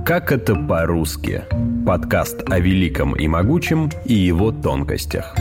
«Как это по-русски» – подкаст о великом и могучем и его тонкостях.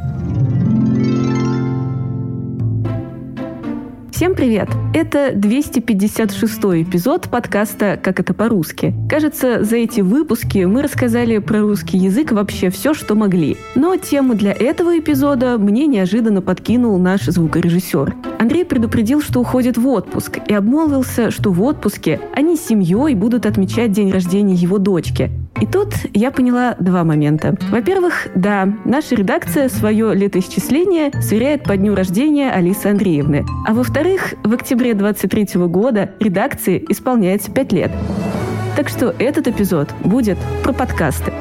Всем привет! Это 256-й эпизод подкаста «Как это по-русски». Кажется, за эти выпуски мы рассказали про русский язык вообще все, что могли. Но тему для этого эпизода мне неожиданно подкинул наш звукорежиссер. Андрей предупредил, что уходит в отпуск, и обмолвился, что в отпуске они с семьей будут отмечать день рождения его дочки. И тут я поняла два момента. Во-первых, да, наша редакция свое летоисчисление сверяет по дню рождения Алисы Андреевны. А во-вторых, в октябре 23 года редакции исполняется 5 лет. Так что этот эпизод будет про подкасты.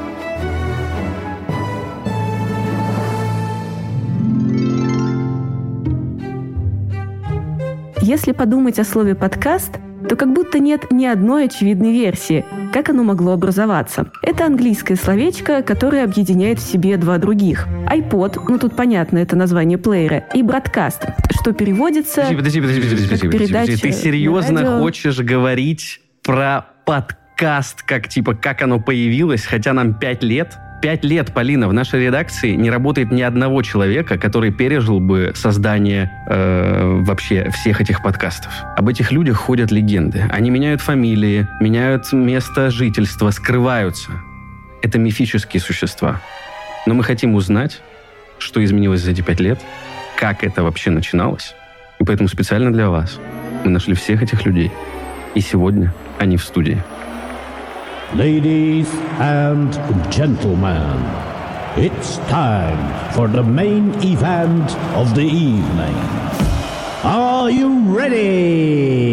Если подумать о слове «подкаст», то как будто нет ни одной очевидной версии, как оно могло образоваться. Это английское словечко, которое объединяет в себе два других. iPod, ну тут понятно, это название плеера, и broadcast, что переводится Подожди. Ты серьезно хочешь говорить про подкаст, как оно появилось, хотя нам 5 лет? 5 лет, Полина, в нашей редакции не работает ни одного человека, который пережил бы создание вообще всех этих подкастов. Об этих людях ходят легенды. Они меняют фамилии, меняют место жительства, скрываются. Это мифические существа. Но мы хотим узнать, что изменилось за эти 5 лет, как это вообще начиналось. И поэтому специально для вас мы нашли всех этих людей. И сегодня они в студии. Ladies and gentlemen, it's time for the main event of the evening. Are you ready?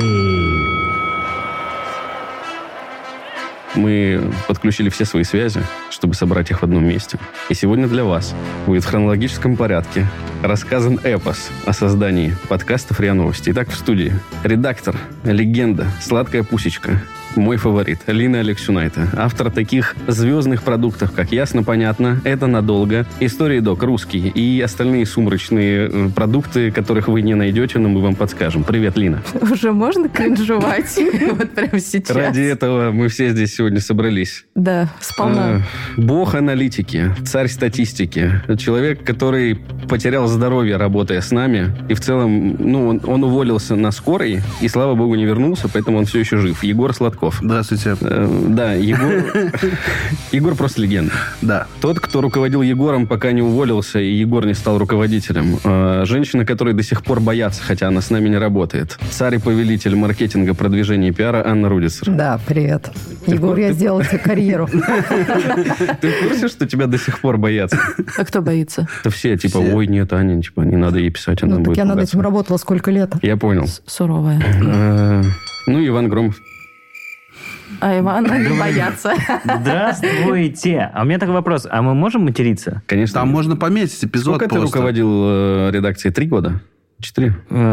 Мы подключили все свои связи, чтобы собрать их в одном месте. И сегодня для вас будет в хронологическом порядке рассказан эпос о создании подкастов РИА Новости. Итак, в студии редактор, легенда, сладкая пусечка, мой фаворит, Лина Алексюнайте. Автор таких звездных продуктов, как «Ясно, понятно», «Это надолго», «Истории док», «Русский» и остальные сумрачные продукты, которых вы не найдете, но мы вам подскажем. Привет, Лина. Уже можно кринжевать? Вот прямо сейчас. Ради этого мы все здесь сегодня собрались. Да, сполна. Бог аналитики, царь статистики, человек, который потерял здоровье, работая с нами, и в целом, он уволился на скорой, и, слава богу, не вернулся, поэтому он все еще жив. Егор Сладков. Здравствуйте. Да, Егор просто легенда. Да. Тот, кто руководил Егором, пока не уволился, и Егор не стал руководителем. Женщина, которой до сих пор боятся, хотя она с нами не работает. Царь и повелитель маркетинга, продвижения и пиара Анна Рудицер. Да, привет. Егор, я сделал тебе карьеру. Ты в курсе, что тебя до сих пор боятся? А кто боится? Это все, ой, нет, Аня, не надо ей писать, она будет так я над пугаться. этим работала сколько лет. Я понял. Суровая. Иван Громов. А Ивана не боятся. Здравствуйте. А у меня такой вопрос. А мы можем материться? Конечно. Там можно пометить эпизод. Сколько просто. ты руководил редакцией? 3 года? 4?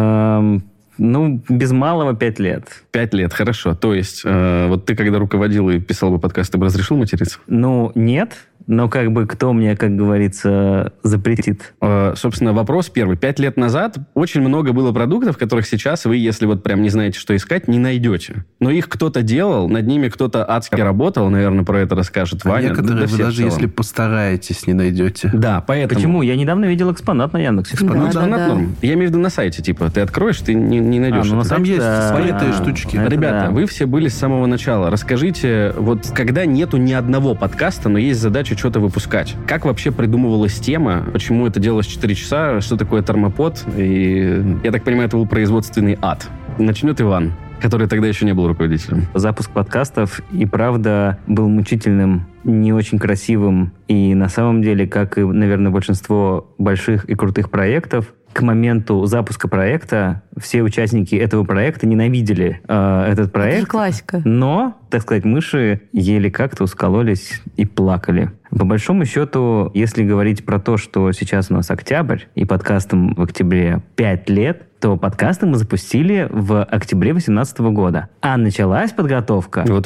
Без малого 5 лет. 5 лет, хорошо. То есть, вот ты, когда руководил и писал бы подкаст, ты бы разрешил материться? Нет. Но кто мне, как говорится, запретит? Собственно, вопрос первый. 5 лет назад очень много было продуктов, которых сейчас вы, если вот прям не знаете, что искать, не найдете. Но их кто-то делал, над ними кто-то адски работал, наверное, про это расскажет Ваня. Некоторые вы даже если постараетесь, не найдете. Да, поэтому... Почему? Я недавно видел экспонат на Яндексе. Экспонат норм. Я имею в виду на сайте, ты откроешь, ты не найдешь. Там есть скрытые штучки. Ребята, вы все были с самого начала. Расскажите, вот когда нету ни одного подкаста, но есть задача что-то выпускать. Как вообще придумывалась тема? Почему это делалось 4 часа? Что такое термопод? И, я так понимаю, это был производственный ад. Начнет Иван, который тогда еще не был руководителем. Запуск подкастов и правда был мучительным, не очень красивым. И на самом деле, как и, наверное, большинство больших и крутых проектов, к моменту запуска проекта все участники этого проекта ненавидели этот проект. Это же классика. Но, так сказать, мыши еле как-то ускололись и плакали. По большому счету, если говорить про то, что сейчас у нас октябрь, и подкастам в октябре 5 лет, то подкасты мы запустили в октябре 2018 года. А началась подготовка... Вот-вот.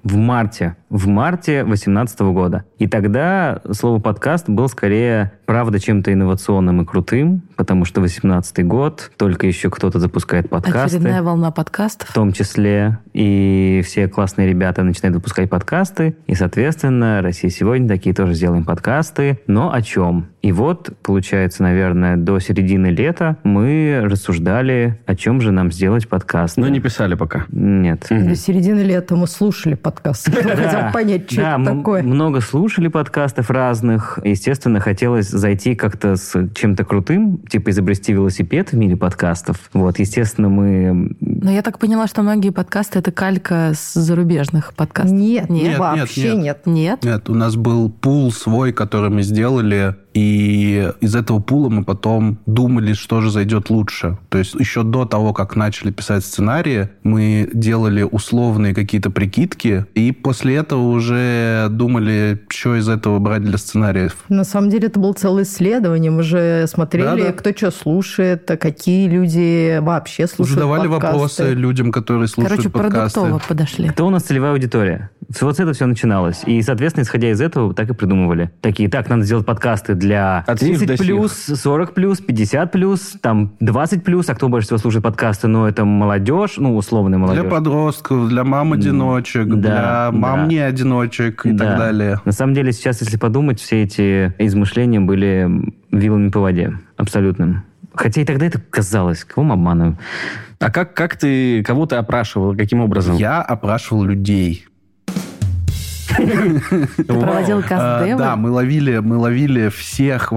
в марте 2018 года. И тогда слово «подкаст» был скорее, правда, чем-то инновационным и крутым, потому что 18-й год, только еще кто-то запускает подкасты. Очередная волна подкастов. В том числе. И все классные ребята начинают выпускать подкасты. И, соответственно, «Россия сегодня» такие тоже сделаем подкасты. Но о чем? И вот, получается, наверное, до середины лета мы рассуждали, о чем же нам сделать подкаст. Но не писали пока. Нет. До середины лета мы слушали подкасты. Хотел понять, что это такое. Много слушали подкастов разных. Естественно, хотелось зайти как-то с чем-то крутым, типа изобрести велосипед в мире подкастов. Вот, естественно, мы... Но я так поняла, что многие подкасты — это калька с зарубежных подкастов. Нет, вообще нет. Нет, у нас был пул свой, который мы сделали, и из этого пула мы потом думали, что же зайдет лучше. То есть еще до того, как начали писать сценарии, мы делали условные какие-то прикидки, и после этого уже думали, что из этого брать для сценариев. На самом деле это было целое исследование. Мы же смотрели, кто что слушает, какие люди вообще слушают задавали подкасты. Вопросы людям, которые слушают подкасты. Продуктово подошли. Кто у нас целевая аудитория? Вот с этого все начиналось. И, соответственно, исходя из этого, так и придумывали. Такие, так, надо сделать подкасты для 30+, 40+, 50+, там 20+, а кто больше всего слушает подкасты? Ну, это молодежь, условная молодежь. Для подростков, для мам-одиночек, для мам-не-одиночек и так далее. На самом деле, сейчас, если подумать, все эти измышления были вилами по воде. Абсолютным. Хотя и тогда это казалось, кого мы обманываем. А кого ты опрашивал? Каким образом? Я опрашивал людей. Ты проводил каст-девы? Да, мы ловили всех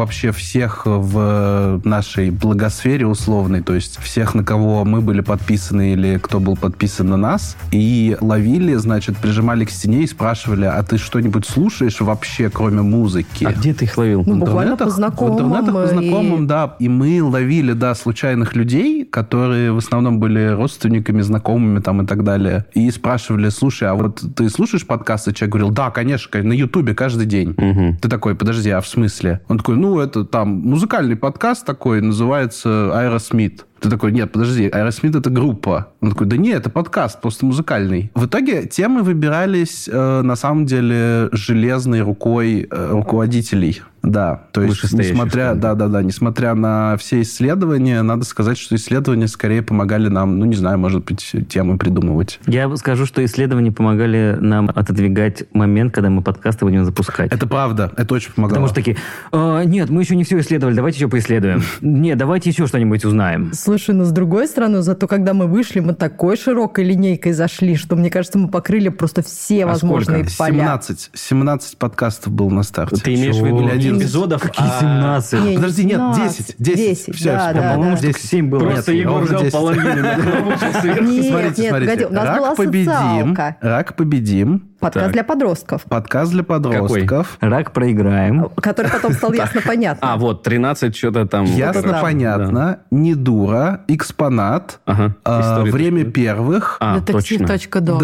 в нашей благосфере условной, то есть всех, на кого мы были подписаны или кто был подписан на нас, и ловили, значит, прижимали к стене и спрашивали, а ты что-нибудь слушаешь вообще, кроме музыки? А где ты их ловил? Буквально по знакомым. В интернетах по знакомым, да. И мы ловили, случайных людей, которые в основном были родственниками, знакомыми там и так далее, и спрашивали, слушай, а вот ты слушаешь подкасты? Человек говорил, да, конечно, на Ютубе каждый день. Угу. Ты такой, подожди, а в смысле? Он такой, это там музыкальный подкаст такой, называется «Аэросмит». Ты такой, нет, подожди, Aerosmith — это группа. Он такой, да нет, это подкаст, просто музыкальный. В итоге темы выбирались, на самом деле, железной рукой руководителей. Да, то есть, несмотря на все исследования, надо сказать, что исследования скорее помогали нам, может быть, темы придумывать. Я скажу, что исследования помогали нам отодвигать момент, когда мы подкасты будем запускать. Это правда, это очень помогало. Потому что такие, нет, мы еще не все исследовали, давайте еще поисследуем. Нет, давайте еще что-нибудь узнаем. Слушай, с другой стороны, зато когда мы вышли, мы такой широкой линейкой зашли, что, мне кажется, мы покрыли просто все возможные поля. 17 подкастов было на старте. Ты имеешь в виду эпизодов? Какие 17? Подожди, нет, 10. Все, по-моему, 7 было. Просто Егор взял половину. Смотрите, погоди, у нас была социалка. «Рак победим». Подкаст для подростков. Подкаст для подростков. «Рак проиграем». Который потом стал «Ясно-понятно». 13 что-то там. «Ясно-понятно», «Не дура», «Экспонат», «Время первых», «Детектив.док»,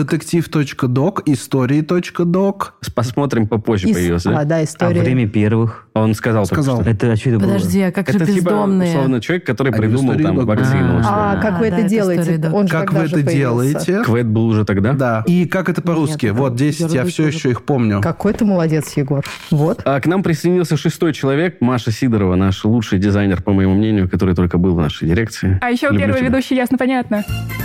«Детектив.док», Посмотрим, попозже появился. Да, история. «Время первых». Он сказал. Это что это было? Подожди, а как же бездомные? Это условно человек, который придумал там вакцину. Как вы это делаете? Как вы это делаете? Квэт был уже тогда? Да. И как это по-русски? Вот 10, я все еще их помню. Какой ты молодец, Егор. Вот. К нам присоединился 6-й человек, Маша Сидорова, наш лучший дизайнер, по моему мнению, который только был в нашей дирекции. А еще первый ведущий «Ясно-понятно».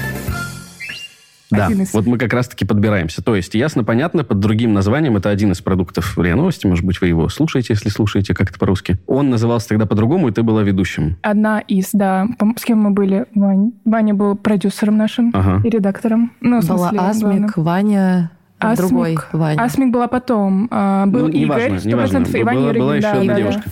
Да, вот мы как раз-таки подбираемся. То есть, ясно-понятно, под другим названием, это один из продуктов РИА Новости, может быть, вы его слушаете, если слушаете как-то по-русски. Он назывался тогда по-другому, и ты была ведущим. Одна из, да. С кем мы были? Ваня был продюсером нашим и редактором. Была Асмик, Ваня... другой Ваня. Асмик была потом. Был Игорь, 100%, и Ваня была еще одна девушка.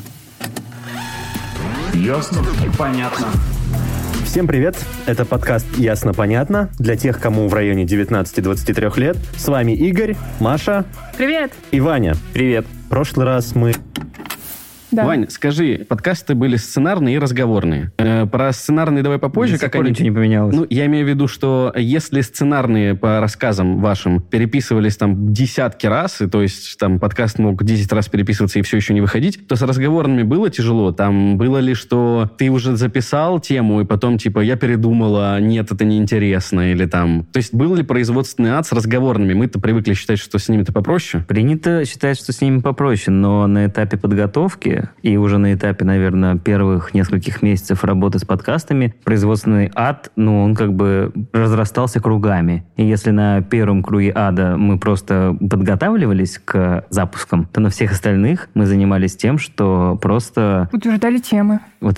Ясно? Понятно. Всем привет! Это подкаст «Ясно-понятно» для тех, кому в районе 19-23 лет. С вами Игорь, Маша. Привет! И Ваня. Привет. В прошлый раз мы... Да. Вань, скажи, подкасты были сценарные и разговорные. Про сценарные давай попозже. Как они... ничего не поменялось. Ну, я имею в виду, что если сценарные по рассказам вашим переписывались там десятки раз, и то есть там подкаст мог 10 раз переписываться и все еще не выходить, то с разговорными было тяжело. Там было ли, что ты уже записал тему, и потом типа я передумала, нет, это неинтересно, или там... То есть был ли производственный ад с разговорными? Мы-то привыкли считать, что с ними-то попроще. Принято считать, что с ними попроще, но на этапе подготовки и уже на этапе, наверное, первых нескольких месяцев работы с подкастами производственный ад, ну, он как бы разрастался кругами. И если на первом круге ада мы просто подготавливались к запускам, то на всех остальных мы занимались тем, что просто... Утверждали темы.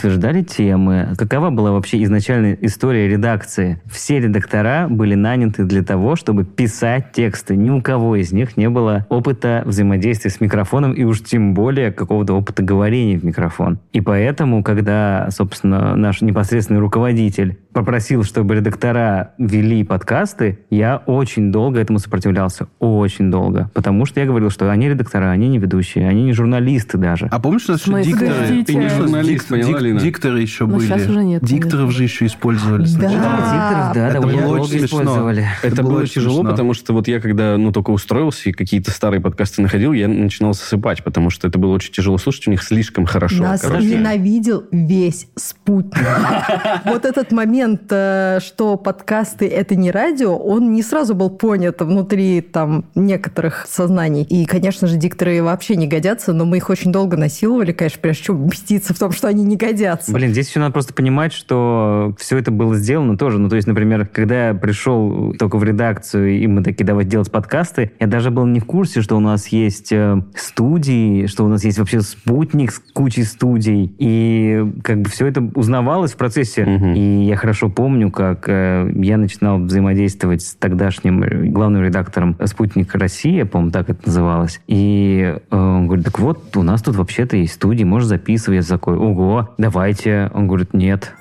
Какова была вообще изначальная история редакции? Все редактора были наняты для того, чтобы писать тексты. Ни у кого из них не было опыта взаимодействия с микрофоном и уж тем более какого-то опыта говорения в микрофон. И поэтому, когда, собственно, наш непосредственный руководитель попросил, чтобы редактора вели подкасты, я очень долго этому сопротивлялся. Очень долго. Потому что я говорил, что они редактора, они не ведущие, они не журналисты даже. А помнишь, что дикторы? Ты не журналист, поняла, Лина? Дикторы еще были. Сейчас уже нет. Дикторов же еще использовали сначала. Дикторов, да, довольно долго использовали. Это было тяжело, потому что вот я когда только устроился и какие-то старые подкасты находил, я начинал засыпать, потому что это было очень тяжело слушать, у них слишком хорошо. Нас ненавидел весь спутник. Вот этот момент, что подкасты – это не радио, он не сразу был понят внутри там некоторых сознаний. И, конечно же, дикторы вообще не годятся, но мы их очень долго насиловали, конечно, прежде чем убедиться в том, что они не годятся. Блин, здесь еще надо просто понимать, что все это было сделано тоже. Ну, то есть, например, когда я пришел только в редакцию, и мы такие, давайте делать подкасты, я даже был не в курсе, что у нас есть студии, что у нас есть вообще спутник с кучей студий. И как бы все это узнавалось в процессе. И я хорошо помню, как я начинал взаимодействовать с тогдашним главным редактором «Спутник Россия», по-моему, так это называлось. И он говорит, так вот, у нас тут вообще-то есть студии, можешь записывать. Я такой, ого, давайте. Он говорит, нет.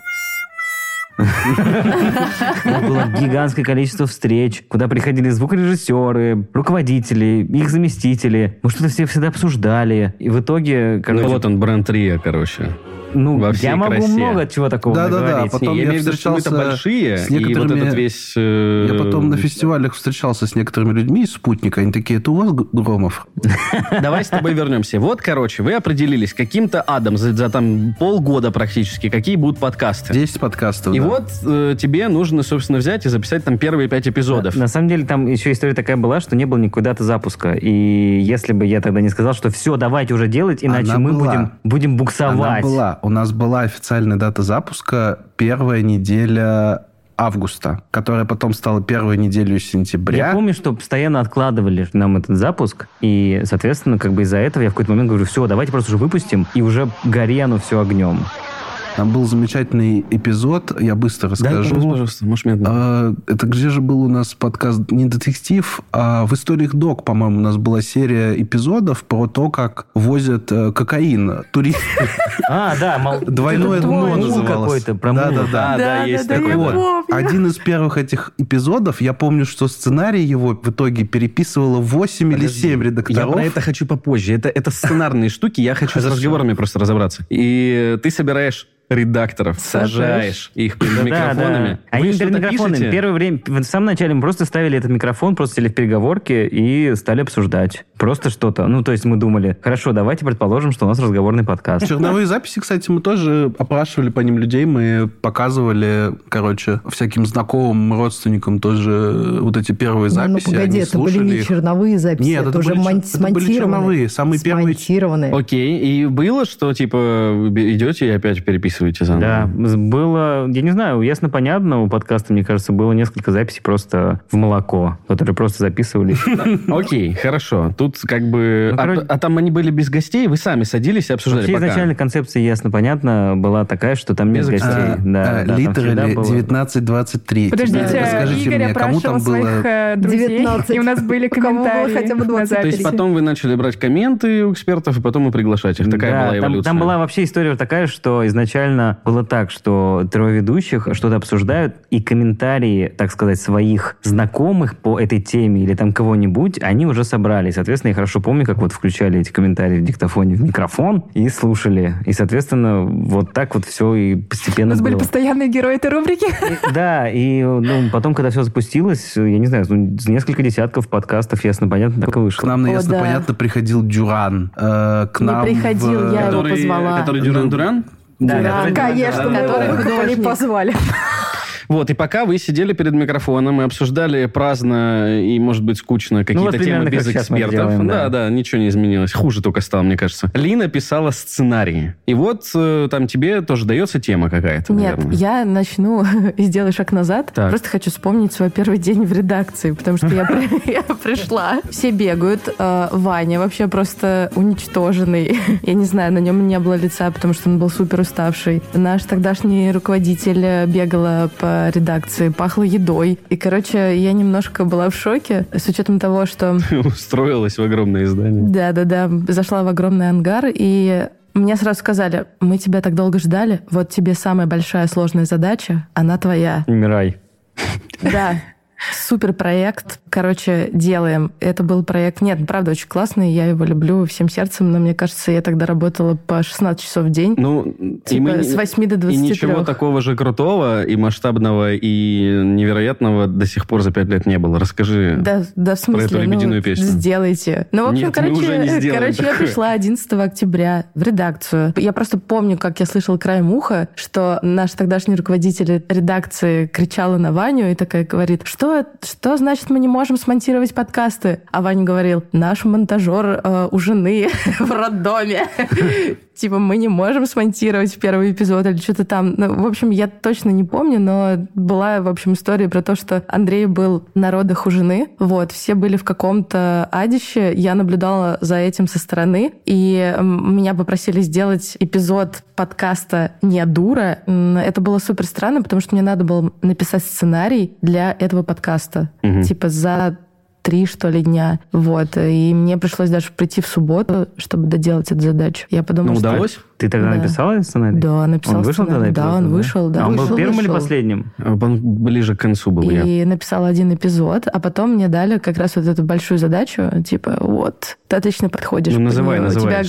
Было гигантское количество встреч, куда приходили звукорежиссеры, руководители, их заместители. Мы что-то все всегда обсуждали. И в итоге... Ну вот он, бренд Риа, короче. Ну, я могу много чего такого говорить. Да, потом я встречался большие, с некоторыми... И вот этот весь... Я потом на фестивалях встречался с некоторыми людьми из «Спутника». Они такие, это у вас Громов? Давай с тобой вернемся. Вот, короче, вы определились каким-то адом за там полгода практически, какие будут подкасты. 10 подкастов, И вот тебе нужно, собственно, взять и записать там первые 5 эпизодов. На самом деле, там еще история такая была, что не было никакой даты запуска. И если бы я тогда не сказал, что все, давайте уже делать, иначе мы будем буксовать. Она была. У нас была официальная дата запуска первая неделя августа, которая потом стала первой неделей сентября. Я помню, что постоянно откладывали нам этот запуск, и, соответственно, как бы из-за этого я в какой-то момент говорю, все, давайте просто уже выпустим, и уже гори оно все огнем. Там был замечательный эпизод, я быстро расскажу. Да, пожалуйста, можешь медленно. Это где же был у нас подкаст не детектив, а в историях Док, по-моему, у нас была серия эпизодов про то, как возят кокаин туристы. Двойное дно называлось. Да, есть такой. Один из первых этих эпизодов, я помню, что сценарий его в итоге переписывало 8 или 7 редакторов. Я про это хочу попозже. Это сценарные штуки, я хочу с разговорами просто разобраться. И ты собираешь редакторов, сажаешь их перед микрофонами. Они перед микрофонами. Первое время, в самом начале мы просто ставили этот микрофон, просто сели в переговорке и стали обсуждать. Просто что-то. Ну, то есть мы думали, хорошо, давайте предположим, что у нас разговорный подкаст. Черновые записи, кстати, мы тоже опрашивали по ним людей, мы показывали, всяким знакомым, родственникам тоже вот эти первые записи. Ну, погоди, это были не черновые записи, нет, это уже были черновые, самые первые. Окей, и было, что, типа, идете и опять переписываете заново? Да, было, я не знаю, ясно-понятно, у подкаста, мне кажется, было несколько записей просто в молоко, которые просто записывались. Окей, хорошо. Тут как бы... А там они были без гостей? Вы сами садились и обсуждали пока? Изначально концепция, ясно-понятно, была такая, что там без гостей. Литерали 23. Подождите, расскажите Игорь мне, кому там было... своих друзей, 19. и у нас были комментарии хотя бы 20. То есть потом вы начали брать комменты у экспертов, и потом и приглашать их. Такая была эволюция. Там была вообще история такая, что изначально было так, что трое ведущих что-то обсуждают, и комментарии, так сказать, своих знакомых по этой теме или там кого-нибудь, они уже собрали. И, соответственно, я хорошо помню, как вот включали эти комментарии в диктофоне в микрофон и слушали. И, соответственно, вот так вот все и постепенно У нас были было. постоянные герои этой рубрики. Да, и потом, когда все запустилось, я не знаю, несколько десятков подкастов, ясно, понятно, так и вышло. К нам на ясно, понятно, приходил Дюран. К нам не приходил, я его позвала. Который Дюран-Дюран? Да, конечно, мы его не позвали. Вот, и пока вы сидели перед микрофоном и обсуждали праздно и, может быть, скучно какие-то темы без экспертов. Делаем, да, ничего не изменилось. Хуже только стало, мне кажется. Лина писала сценарии. И вот там тебе тоже дается тема какая-то, Нет, наверное. я начну и сделаю шаг назад. Так. Просто хочу вспомнить свой первый день в редакции, потому что я пришла, все бегают, Ваня вообще просто уничтоженный. Я не знаю, на нем не было лица, потому что он был супер уставший. Наш тогдашний руководитель бегала по редакции, пахло едой. И, короче, я немножко была в шоке, с учетом того, что... Устроилась в огромное здание. Да. Зашла в огромный ангар, и мне сразу сказали, мы тебя так долго ждали, вот тебе самая большая сложная задача, она твоя. Умирай. Да. Супер проект. Короче, делаем. Это был проект... Нет, правда, очень классный. Я его люблю всем сердцем, но мне кажется, я тогда работала по 16 часов в день. Ну, типа с 8 до 23. И ничего такого же крутого и масштабного и невероятного до сих пор за 5 лет не было. Расскажи в смысле, про эту лебединую песню. Сделайте. Ну, в общем, Нет, мы уже не сделаем я пришла 11 октября в редакцию. Я просто помню, как я слышала краем уха, что наш тогдашний руководитель редакции кричала на Ваню и такая говорит, что значит мы не можем смонтировать подкасты? А Ваня говорил, наш монтажер у жены в роддоме. Типа, мы не можем смонтировать первый эпизод или что-то там. Ну, в общем, я точно не помню, но была, в общем, история про то, что Андрей был на родах у жены. Вот, все были в каком-то адище. Я наблюдала за этим со стороны. И меня попросили сделать эпизод подкаста «Не дура». Это было супер странно, потому что мне надо было написать сценарий для этого подкаста. Типа, за 3, что ли, дня. Вот. И мне пришлось даже прийти в сублиму, чтобы доделать эту задачу. Я подумала, что... удалось? Ты тогда написала этот сценарий? Да, написала. Он вышел сценарий. тогда? Да, он вышел. Да. А он был первым или последним? Он ближе к концу был. И написала один эпизод, а потом мне дали как раз вот эту большую задачу, типа, вот, ты отлично подходишь. Ну, называй, у тебя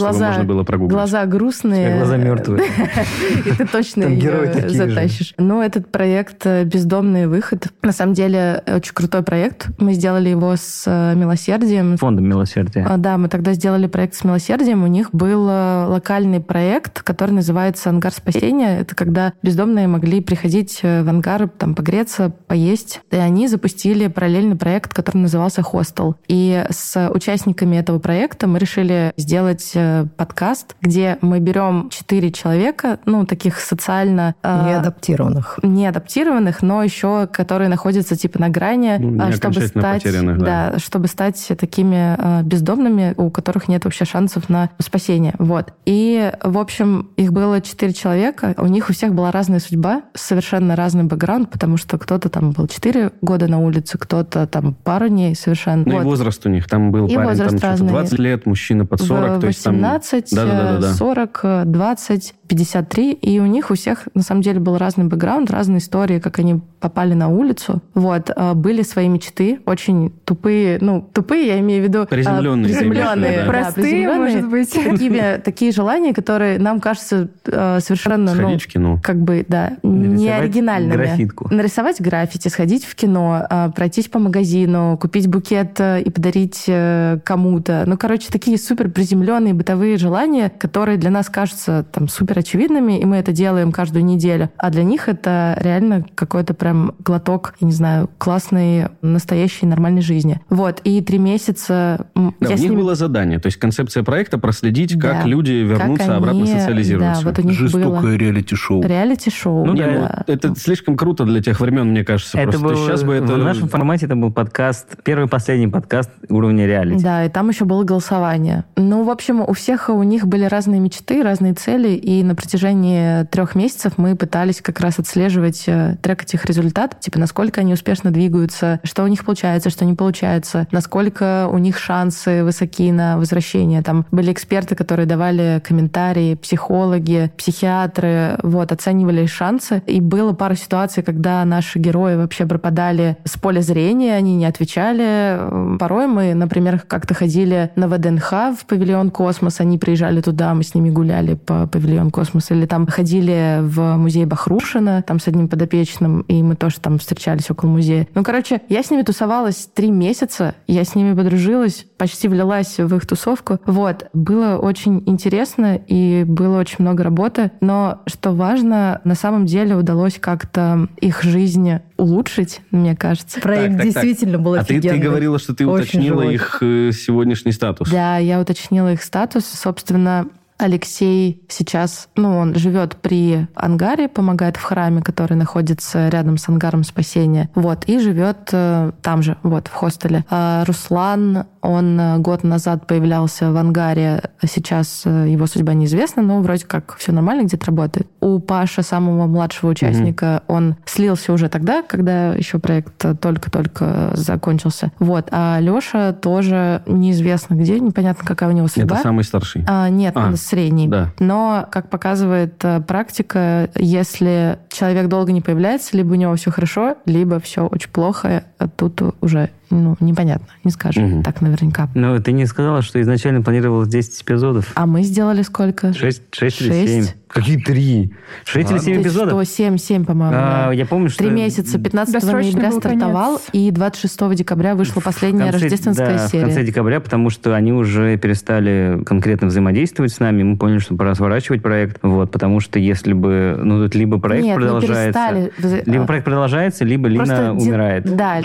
глаза грустные. У тебя глаза мертвые. И ты точно ее затащишь. Но этот проект «Бездомный выход», на самом деле, очень крутой проект. Мы сделали его с «Милосердием». Фондом «Милосердия». Да, мы тогда сделали проект с «Милосердием». У них был локальный проект, который называется «Ангар спасения». Это когда бездомные могли приходить в ангар, там, погреться, поесть. И они запустили параллельный проект, который назывался «Хостел». И с участниками этого проекта мы решили сделать подкаст, где мы берем 4 человека, ну, таких социально... Неадаптированных, но еще которые находятся типа на грани, чтобы стать такими бездомными, у которых нет вообще шансов на спасение. Вот. И, в общем, их было 4 человека, у них у всех была разная судьба, совершенно разный бэкграунд, потому что кто-то там был 4 года на улице, кто-то там пару дней совершенно. Ну вот. И возраст у них там был, и парень там что-то 20 лет, мужчина под 40. 18, то есть там... 40, 20, 53, и у них у всех, на самом деле, был разный бэкграунд, разные истории, как они попали на улицу. Вот. Были свои мечты, очень тупые, я имею в виду... Приземленные. Простые, может быть. Такие желания, которые нам кажутся совершенно... Сходить в кино. Как бы, да, не оригинальными. Граффитку. Нарисовать граффити, сходить в кино, пройтись по магазину, купить букет и подарить кому-то. Ну, короче, такие супер приземленные бытовые желания, которые для нас кажутся там супер очевидными, и мы это делаем каждую неделю. А для них это реально какой-то прям глоток, я не знаю, классной, настоящей, нормальной жизни. Вот. И 3 месяца... Да, у них было задание. То есть концепция проекта проследить, как люди вернутся обратно чтобы социализироваться. Да, вот у них жестокое реалити-шоу. Реалити-шоу. Ну, да. Это слишком круто для тех времен, мне кажется. Это просто был, сейчас бы это... В нашем формате это был подкаст, первый и последний подкаст уровня реалити. Да, и там еще было голосование. Ну, в общем, у всех у них были разные мечты, разные цели, и на протяжении 3 месяцев мы пытались как раз отслеживать, трекать их результат, типа, насколько они успешно двигаются, что у них получается, что не получается, насколько у них шансы высоки на возвращение. Там были эксперты, которые давали комментарии, психологи, психиатры, вот, оценивали шансы. И было пару ситуаций, когда наши герои вообще пропадали с поля зрения, они не отвечали. Порой мы, например, как-то ходили на ВДНХ в павильон «Космос», они приезжали туда, мы с ними гуляли по павильону «Космос», или там ходили в музей Бахрушина, там с одним подопечным, и мы тоже там встречались около музея. Ну, короче, я с ними тусовалась 3 месяца, я с ними подружилась, почти влилась в их тусовку. Вот. Было очень интересно, и было очень много работы, но, что важно, на самом деле удалось как-то их жизнь улучшить, мне кажется. Проект действительно был офигенный. А ты говорила, что ты уточнила их сегодняшний статус. Да, я уточнила их статус. Собственно, Алексей сейчас, он живет при ангаре, помогает в храме, который находится рядом с ангаром спасения. Вот, и живет там же, вот, в хостеле. А Руслан, он год назад появлялся в ангаре, а сейчас его судьба неизвестна, но вроде как все нормально, где-то работает. У Паши, самого младшего участника, он слился уже тогда, когда еще проект только-только закончился. Вот, а Леша тоже неизвестно где, непонятно, какая у него судьба. Это самый старший? Нет, средний. Да. Но, как показывает практика, если человек долго не появляется, либо у него все хорошо, либо все очень плохо, а тут уже непонятно, не скажем так наверняка. Но ты не сказала, что изначально планировалось 10 эпизодов. А мы сделали сколько? 6 или 7. Какие 3? 6 или 7 эпизодов? 7, по-моему. Я помню, что... 3 месяца. 15 ноября стартовал, и 26 декабря вышла последняя рождественская серия. В конце декабря, потому что они уже перестали конкретно взаимодействовать с нами. Мы поняли, что пора сворачивать проект. Вот, потому что если бы... тут либо проект продолжается... Либо проект продолжается, либо Лина умирает. Да.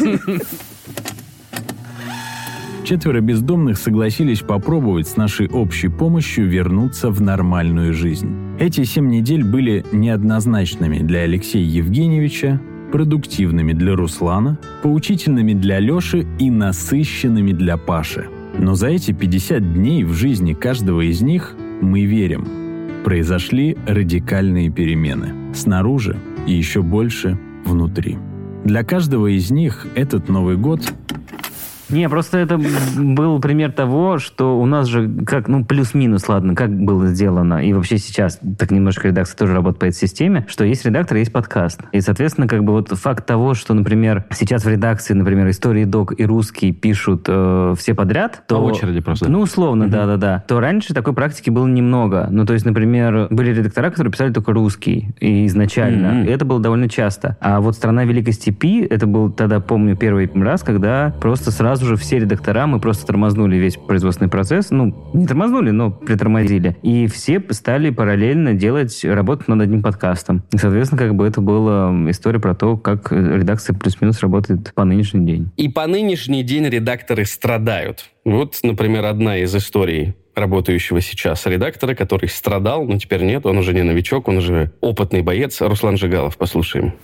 4 бездомных согласились попробовать с нашей общей помощью вернуться в нормальную жизнь. Эти 7 недель были неоднозначными для Алексея Евгеньевича, продуктивными для Руслана, поучительными для Леши и насыщенными для Паши. Но за эти 50 дней в жизни каждого из них, мы верим, произошли радикальные перемены. Снаружи и еще больше внутри. Для каждого из них этот Новый год... Не, просто это был пример того, что у нас же как, плюс-минус, ладно, как было сделано, и вообще сейчас так немножко редакция тоже работает по этой системе, что есть редактор, есть подкаст. И, соответственно, факт того, что, например, сейчас в редакции, например, Истории Док и Русский пишут все подряд, то... По очереди просто. Условно, да. То раньше такой практики было немного. То есть, например, были редактора, которые писали только русский изначально. И это было довольно часто. А вот «Страна Великой Степи», это был тогда, помню, первый раз, когда просто сразу же все редактора, мы просто тормознули весь производственный процесс. Не тормознули, но притормозили. И все стали параллельно работать над одним подкастом. И, соответственно, это была история про то, как редакция плюс-минус работает по нынешний день. И по нынешний день редакторы страдают. Вот, например, одна из историй работающего сейчас редактора, который страдал, но теперь нет, он уже не новичок, он уже опытный боец. Руслан Жигалов, послушаем.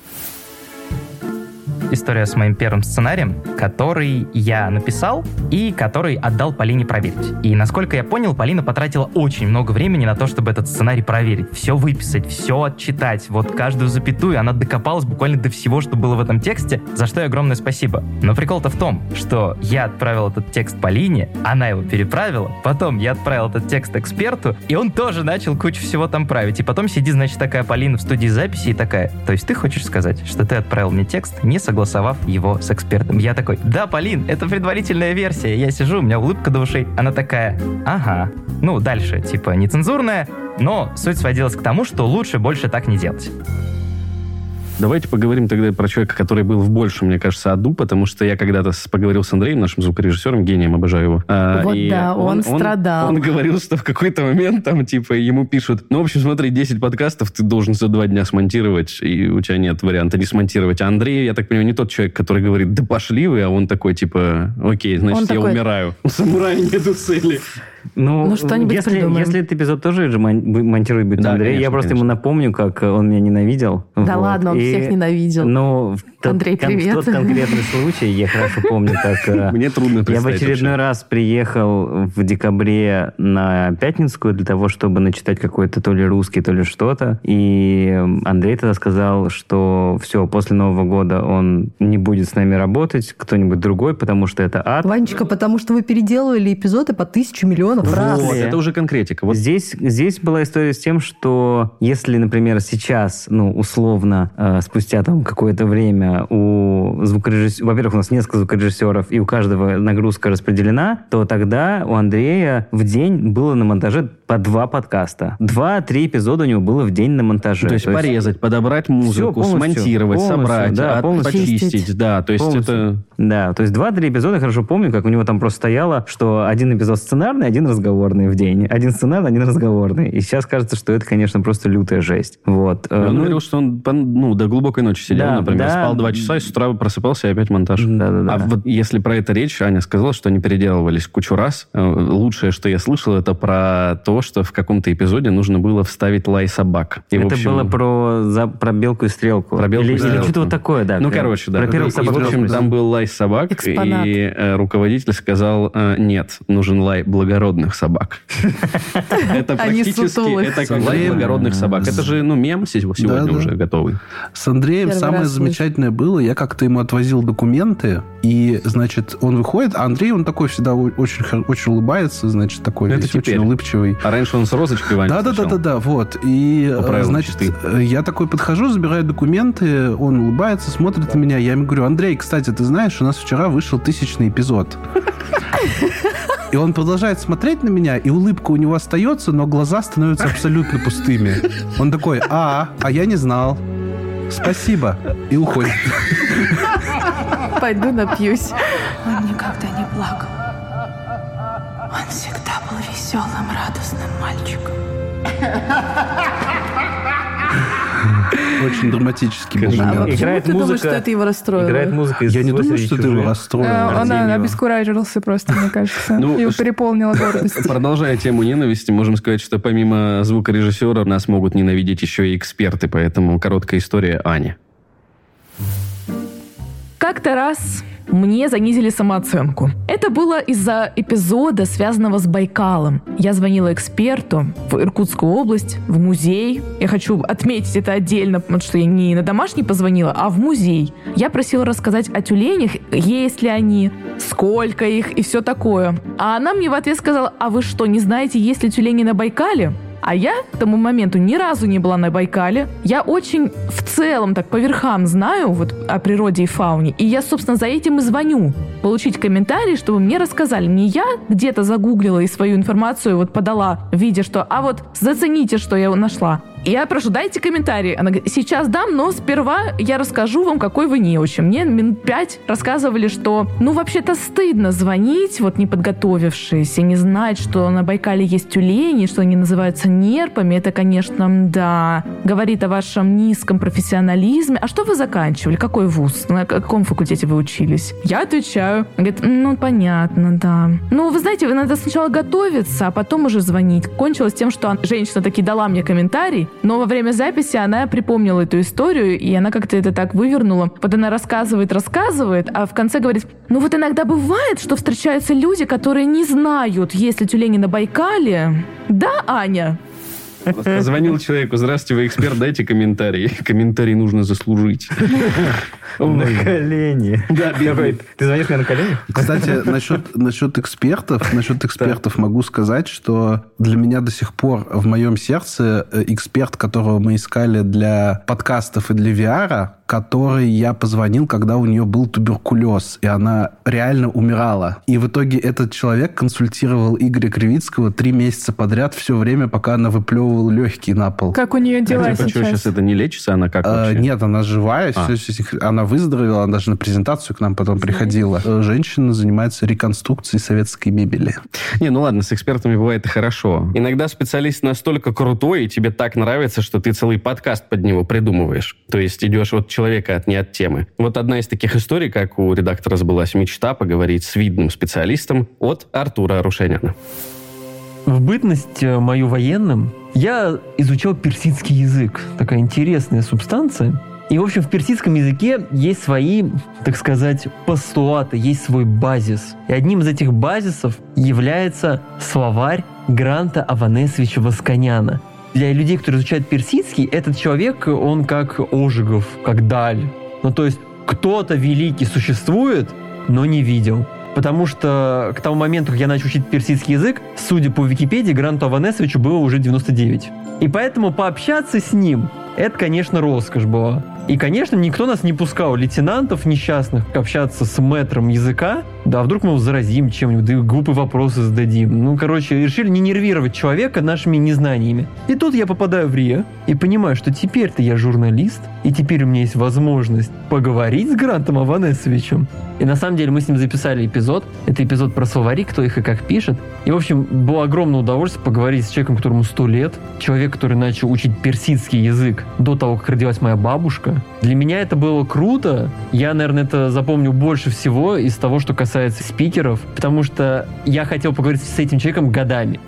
История с моим первым сценарием, который я написал и который отдал Полине проверить. И, насколько я понял, Полина потратила очень много времени на то, чтобы этот сценарий проверить. Все выписать, все отчитать. Вот каждую запятую она докопалась буквально до всего, что было в этом тексте, за что ей огромное спасибо. Но прикол-то в том, что я отправил этот текст Полине, она его переправила, потом я отправил этот текст эксперту, и он тоже начал кучу всего там править. И потом сидит, значит, такая Полина в студии записи и такая: то есть ты хочешь сказать, что ты отправил мне текст, не согласовав его с экспертом? Я такой: да, Полин, это предварительная версия. Я сижу, у меня улыбка до ушей. Она такая: ага. Дальше, нецензурная, но суть сводилась к тому, что лучше больше так не делать. Давайте поговорим тогда про человека, который был в большем, мне кажется, аду, потому что я когда-то поговорил с Андреем, нашим звукорежиссером, гением, обожаю его. Он страдал. Он говорил, что в какой-то момент ему пишут: в общем, смотри, 10 подкастов ты должен за 2 дня смонтировать, и у тебя нет варианта не смонтировать. А Андрей, я так понимаю, не тот человек, который говорит: да пошли вы, а он такой, окей, значит, я умираю. У самурая нету цели. Ну, что-нибудь если этот эпизод тоже монтирует будет Андрей, я просто ему напомню, как он меня ненавидел. Да ладно, он всех ненавидел. Ну, Андрей, привет. В тот конкретный случай я хорошо помню, как... Мне трудно представить. Я в очередной раз приехал в декабре на Пятницкую для того, чтобы начитать какой-то то ли русский, то ли что-то. И Андрей тогда сказал, что все, после Нового года он не будет с нами работать, кто-нибудь другой, потому что это ад. Ванечка, потому что вы переделывали эпизоды по 1000 миллионов раз. Вот, это уже конкретика. Вот. Здесь была история с тем, что если, например, сейчас, условно, спустя там какое-то время у звукорежиссера... Во-первых, у нас несколько звукорежиссеров, и у каждого нагрузка распределена, то тогда у Андрея в день было на монтаже по 2 подкаста. 2-3 эпизода у него было в день на монтаже. То есть порезать, подобрать музыку, смонтировать, собрать, почистить. Да, то есть это... Да, то есть 2-3 эпизода, я хорошо помню, как у него там просто стояло, что один эпизод сценарный, один разговорный в день. Один сценарный, один разговорный. И сейчас кажется, что это, конечно, просто лютая жесть. Вот. Он говорил, что он до глубокой ночи сидел, например, спал 2 часа, и с утра просыпался, и опять монтаж. Да. А вот если про это речь, Аня сказала, что они переделывались кучу раз. Лучшее, что я слышал, это про то, что в каком-то эпизоде нужно было вставить лай собак. И, это было про белку и стрелку. Про белку и стрелку. Или что-то вот такое, да. Короче, да. Про первых собак. В общем, там был лай собак, Экспонат. И руководитель сказал, нет, нужен лай благородных собак. Это практически это как лай благородных собак. Это же мем сегодня уже готовый. С Андреем самое замечательное было, я как-то ему отвозил документы, и, значит, он выходит, а Андрей, он такой всегда очень улыбается, значит, такой весь очень улыбчивый. А раньше он с розочкой Ваня Да, вот. И, значит, я такой подхожу, забираю документы, он улыбается, смотрит на меня, я ему говорю, Андрей, кстати, ты знаешь, у нас вчера вышел 1000-й эпизод. И он продолжает смотреть на меня, и улыбка у него остается, но глаза становятся абсолютно пустыми. Он такой, а я не знал. Спасибо. И уходит. Пойду напьюсь. Он никогда не плакал. Он всегда был веселым, радостным мальчиком. Очень драматический был момент. Играет музыка. Ты думаешь, что это его расстроило? Играет музыка из Я не думаю, что это его расстроило. Он обескуражился просто, мне кажется. Его переполнила гордость. Продолжая тему ненависти, можем сказать, что помимо звукорежиссера нас могут ненавидеть еще и эксперты, поэтому короткая история Ани. Как-то раз мне занизили самооценку. Это было из-за эпизода, связанного с Байкалом. Я звонила эксперту в Иркутскую область, в музей. Я хочу отметить это отдельно, потому что я не на домашний позвонила, а в музей. Я просила рассказать о тюленях, есть ли они, сколько их и все такое. А она мне в ответ сказала, а вы что, не знаете, есть ли тюлени на Байкале? А я к тому моменту ни разу не была на Байкале. Я очень в целом так по верхам знаю вот о природе и фауне. И я, собственно, за этим и звоню. Получить комментарий, чтобы мне рассказали. Не я где-то загуглила и свою информацию вот подала в виде, что «а вот зацените, что я нашла». Я прошу, дайте комментарий. Она говорит, сейчас дам, но сперва я расскажу вам, какой вы неучи. Мне минут 5 рассказывали, что, вообще-то стыдно звонить, вот не подготовившись, и не знать, что на Байкале есть тюлени, что они называются нерпами. Это, конечно, да, говорит о вашем низком профессионализме. А что вы заканчивали? Какой вуз? На каком факультете вы учились? Я отвечаю. Говорит, понятно, да. Вы знаете, надо сначала готовиться, а потом уже звонить. Кончилось тем, что женщина таки дала мне комментарий, но во время записи она припомнила эту историю, и она как-то это так вывернула. Вот она рассказывает, а в конце говорит, вот иногда бывает, что встречаются люди, которые не знают, есть ли тюлени на Байкале. Да, Аня? Позвонил человеку, здравствуйте, вы эксперт, дайте комментарий. Комментарий нужно заслужить. На колени. Да, ты звонишь мне на колени? Кстати, насчет экспертов могу сказать, что для меня до сих пор в моем сердце эксперт, которого мы искали для подкастов и для VR, которой я позвонил, когда у нее был туберкулез, и она реально умирала. И в итоге этот человек консультировал Игоря Кривицкого 3 месяца подряд, все время, пока она выплевывала легкие на пол. Как у нее дела сейчас это не лечится? Она как вообще? Нет, она живая, она выздоровела, она даже на презентацию к нам потом приходила. Женщина занимается реконструкцией советской мебели. Ладно, с экспертами бывает и хорошо. Иногда специалист настолько крутой, и тебе так нравится, что ты целый подкаст под него придумываешь. То есть идешь человека не от темы. Вот одна из таких историй, как у редактора сбылась мечта поговорить с видным специалистом от Артура Арушеняна. В бытность мою военным я изучал персидский язык. Такая интересная субстанция. И, в общем, в персидском языке есть свои, так сказать, постулаты, есть свой базис. И одним из этих базисов является словарь Гранта Аванесовича Восконяна. Для людей, которые изучают персидский, этот человек, он как Ожегов, как Даль. Ну, то есть кто-то великий существует, но не видел. Потому что к тому моменту, как я начал учить персидский язык, судя по Википедии, Гранту Аванесовичу было уже 99. И поэтому пообщаться с ним, это, конечно, роскошь была. И, конечно, никто нас не пускал, лейтенантов несчастных, общаться с мэтром языка. Да, вдруг мы его заразим чем-нибудь, да и глупые вопросы зададим. Ну, короче, решили не нервировать человека нашими незнаниями. И тут я попадаю в РИА и понимаю, что теперь-то я журналист, и теперь у меня есть возможность поговорить с Грантом Аванесовичем. И на самом деле мы с ним записали эпизод. Это эпизод про словари, кто их и как пишет. И, в общем, было огромное удовольствие поговорить с человеком, которому 100 лет. Человек, который начал учить персидский язык до того, как родилась моя бабушка. Для меня это было круто. Я, наверное, это запомню больше всего из того, что касается спикеров, потому что я хотел поговорить с этим человеком годами.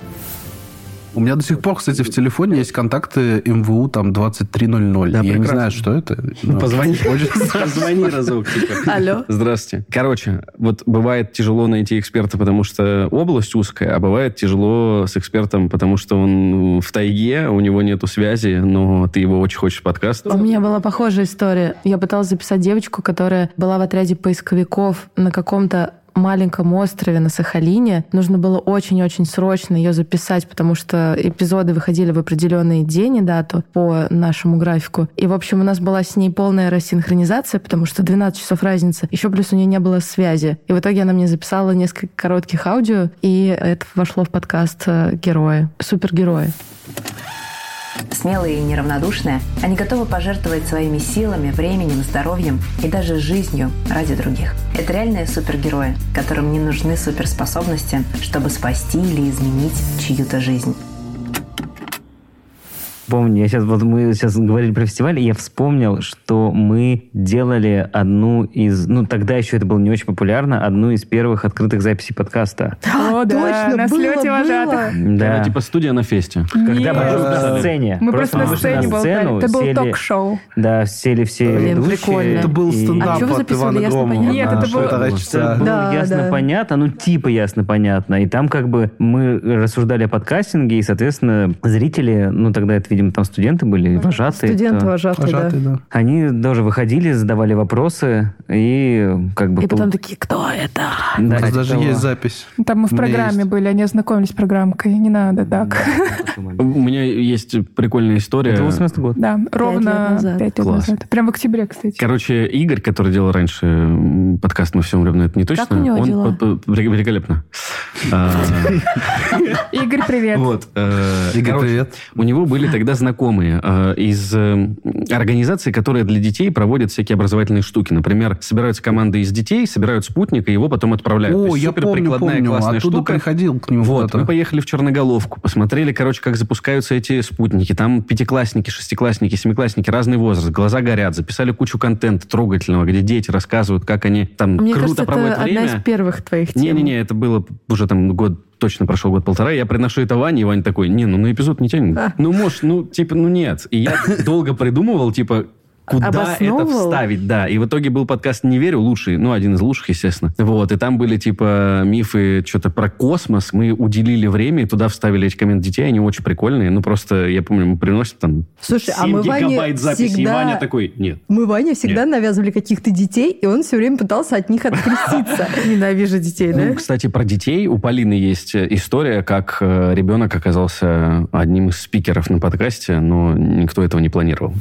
У меня до сих пор, кстати, в телефоне есть контакты МВУ там 2300. Да, я не знаю, что это. Позвони разок. Алло. Здравствуйте. Короче, вот бывает тяжело найти эксперта, потому что область узкая, а бывает тяжело с экспертом, потому что он в тайге, у него нету связи, но ты его очень хочешь в подкаст. У меня была похожая история. Я пыталась записать девочку, которая была в отряде поисковиков на каком-то маленьком острове на Сахалине. Нужно было очень-очень срочно ее записать, потому что эпизоды выходили в определенный день и дату по нашему графику. И, в общем, у нас была с ней полная рассинхронизация, потому что 12 часов разницы. Еще плюс у нее не было связи. И в итоге она мне записала несколько коротких аудио, и это вошло в подкаст «Герои». Супергерои. Смелые и неравнодушные, они готовы пожертвовать своими силами, временем, здоровьем и даже жизнью ради других. Это реальные супергерои, которым не нужны суперспособности, чтобы спасти или изменить чью-то жизнь. Помню, мы сейчас говорили про фестиваль, и я вспомнил, что мы делали одну из... Ну, тогда еще это было не очень популярно, одну из первых открытых записей подкаста. О, да, на слете вожатых. Да. Типа студия на фесте. Когда мы просто на сцене. Мы просто на сцене болтали. Это был ток-шоу. Да, сели все ведущие. Это был стендап от Ивана Громова. Нет, это было... Это было ясно-понятно, ну типа ясно-понятно. И там как бы мы рассуждали о подкастинге, и, соответственно, зрители, ну тогда это, видимо, там студенты были, вожатые. Студенты-вожатые, да. Они даже выходили, задавали вопросы, и как бы... И потом такие, кто это? У нас даже есть запись. Там мы в программе были, они ознакомились с программкой. Не надо так. У меня есть прикольная история. Это 18-й год. Да, ровно 5 лет назад. Прям в октябре, кстати. Короче, Игорь, который делал раньше подкаст «Мы все умрем, но это не точно». Как у него дела? Великолепно. Игорь, привет. Игорь, привет. У него были тогда знакомые из организаций, которые для детей проводят всякие образовательные штуки. Например, собираются команды из детей, собирают спутник, и его потом отправляют. О, я помню. Классная оттуда штука. приходил к нему. Вот, мы поехали в Черноголовку, посмотрели, как запускаются эти спутники. Там пятиклассники, шестиклассники, семиклассники, разный возраст, глаза горят. Записали кучу контента трогательного, где дети рассказывают, как они там круто проводят время. Мне кажется, это одна из первых твоих тем. Не-не-не, это было уже там точно прошел год-полтора, я приношу это Ване, и Ваня такой, на эпизод не тянет. Может, нет. И я долго придумывал, куда это вставить, да. И в итоге был подкаст «Не верю», лучший, один из лучших, естественно. Вот, и там были, мифы что-то про космос. Мы уделили время и туда вставили эти комменты детей, они очень прикольные. просто, я помню, мы приносим там 7 гигабайт записи, и Ваня такой, нет. Мы Ване всегда навязывали каких-то детей, и он все время пытался от них откреститься. Ненавижу детей, да? Кстати, про детей у Полины есть история, как ребенок оказался одним из спикеров на подкасте, но никто этого не планировал.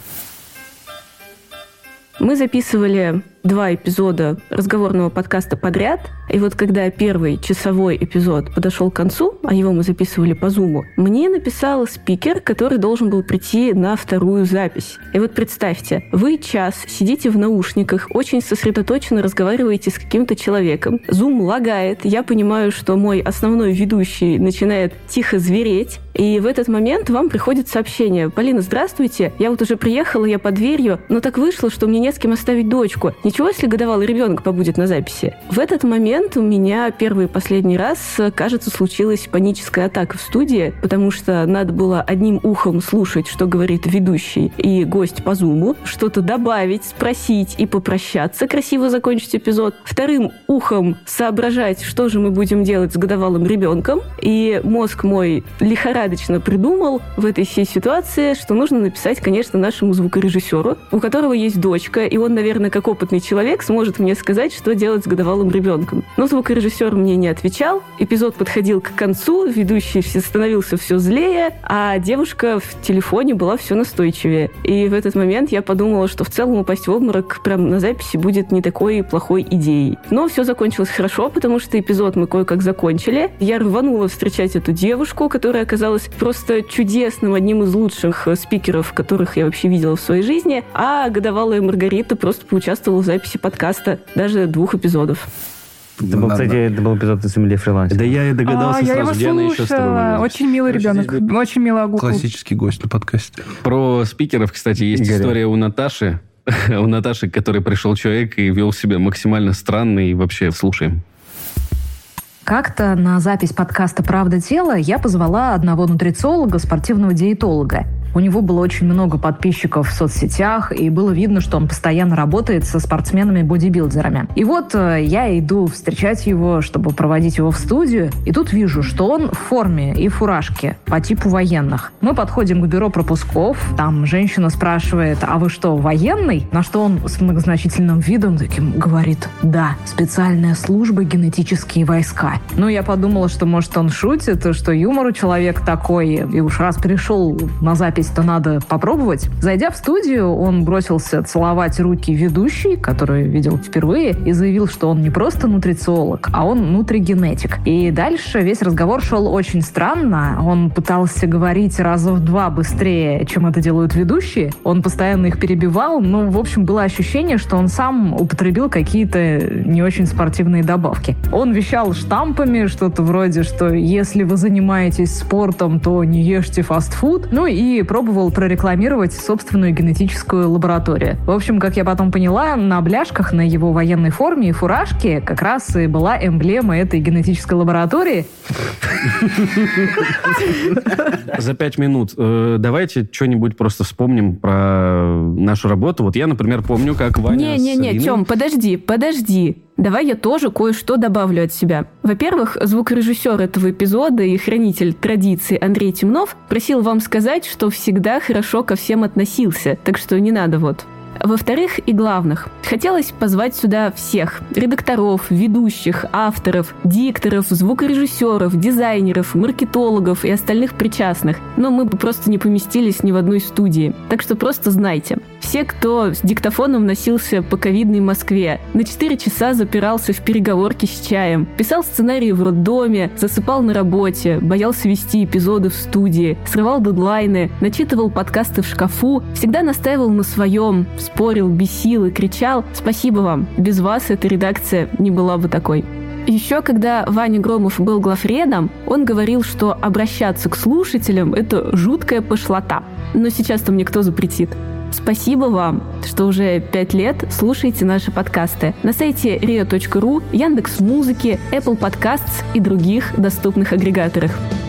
Мы записывали 2 эпизода разговорного подкаста подряд. И вот когда первый часовой эпизод подошел к концу, а его мы записывали по Зуму, мне написал спикер, который должен был прийти на вторую запись. И вот представьте, вы час сидите в наушниках, очень сосредоточенно разговариваете с каким-то человеком. Зум лагает. Я понимаю, что мой основной ведущий начинает тихо звереть. И в этот момент вам приходит сообщение: «Полина, здравствуйте. Я вот уже приехала, я под дверью, но так вышло, что мне не с кем оставить дочку. ничего, если годовалый ребенок побудет на записи? В этот момент у меня первый и последний раз, кажется, случилась паническая атака в студии, потому что надо было одним ухом слушать, что говорит ведущий и гость по зуму, что-то добавить, спросить и попрощаться, красиво закончить эпизод. Вторым ухом соображать, что же мы будем делать с годовалым ребенком. И мозг мой лихорадочно придумал в этой всей ситуации, что нужно написать, конечно, нашему звукорежиссеру, у которого есть дочка, и он, наверное, как опытный человек, сможет мне сказать, что делать с годовалым ребенком. Но звукорежиссер мне не отвечал. Эпизод подходил к концу, ведущий становился все злее, а девушка в телефоне была все настойчивее. И в этот момент я подумала, что в целом упасть в обморок прямо на записи будет не такой плохой идеей. Но все закончилось хорошо, потому что эпизод мы кое-как закончили. Я рванула встречать эту девушку, которая оказалась просто чудесным, одним из лучших спикеров, которых я вообще видела в своей жизни. А годовалая Маргарита просто поучаствовала в записи подкаста, даже 2 эпизодов. Это был, кстати, это был эпизод из «Эмили Фриланс». Да я и догадался сразу, Диана еще с тобой. Очень милый ребенок, очень милый Агуку. Классический гость на подкасте. Про спикеров, кстати, есть история у Наташи. У Наташи, к которой пришел человек и вел себя максимально странно, и вообще слушаем. Как-то на запись подкаста «Правда тела» я позвала одного нутрициолога, спортивного диетолога. У него было очень много подписчиков в соцсетях, и было видно, что он постоянно работает со спортсменами-бодибилдерами. И вот я иду встречать его, чтобы проводить его в студию, и тут вижу, что он в форме и фуражке по типу военных. Мы подходим к бюро пропусков, там женщина спрашивает: «А вы что, военный?» На что он с многозначительным видом таким говорит: «Да, специальная служба, генетические войска». Ну, я подумала, что, может, он шутит, что юмор у человека такой, и уж раз пришел на запись, то надо попробовать. Зайдя в студию, он бросился целовать руки ведущей, которую видел впервые, и заявил, что он не просто нутрициолог, а он нутригенетик. И дальше весь разговор шел очень странно. Он пытался говорить раза в 2 быстрее, чем это делают ведущие. Он постоянно их перебивал. Ну, в общем, было ощущение, что он сам употребил какие-то не очень спортивные добавки. Он вещал штампами, что-то вроде, что если вы занимаетесь спортом, то не ешьте фастфуд. Ну и пробовал прорекламировать собственную генетическую лабораторию. В общем, как я потом поняла, на бляшках на его военной форме и фуражке как раз и была эмблема этой генетической лаборатории. За 5 минут давайте что-нибудь просто вспомним про нашу работу. Вот я, например, помню, как Ваня... Не-не-не, Тём, подожди. Давай я тоже кое-что добавлю от себя. Во-первых, звукорежиссер этого эпизода и хранитель традиций Андрей Темнов просил вам сказать, что всегда хорошо ко всем относился, так что не надо вот. Во-вторых, и главных, хотелось позвать сюда всех – редакторов, ведущих, авторов, дикторов, звукорежиссеров, дизайнеров, маркетологов и остальных причастных, но мы бы просто не поместились ни в одной студии. Так что просто знайте. Все, кто с диктофоном носился по ковидной Москве, на 4 часа запирался в переговорке с чаем, писал сценарии в роддоме, засыпал на работе, боялся вести эпизоды в студии, срывал дедлайны, начитывал подкасты в шкафу, всегда настаивал на своем, спорил, бесил и кричал: «Спасибо вам, без вас эта редакция не была бы такой». Еще когда Ваня Громов был главредом, он говорил, что обращаться к слушателям – это жуткая пошлота. Но сейчас-то мне кто запретит? Спасибо вам, что уже 5 лет слушаете наши подкасты на сайте ria.ru, Яндекс.Музыке, Apple Podcasts и других доступных агрегаторах.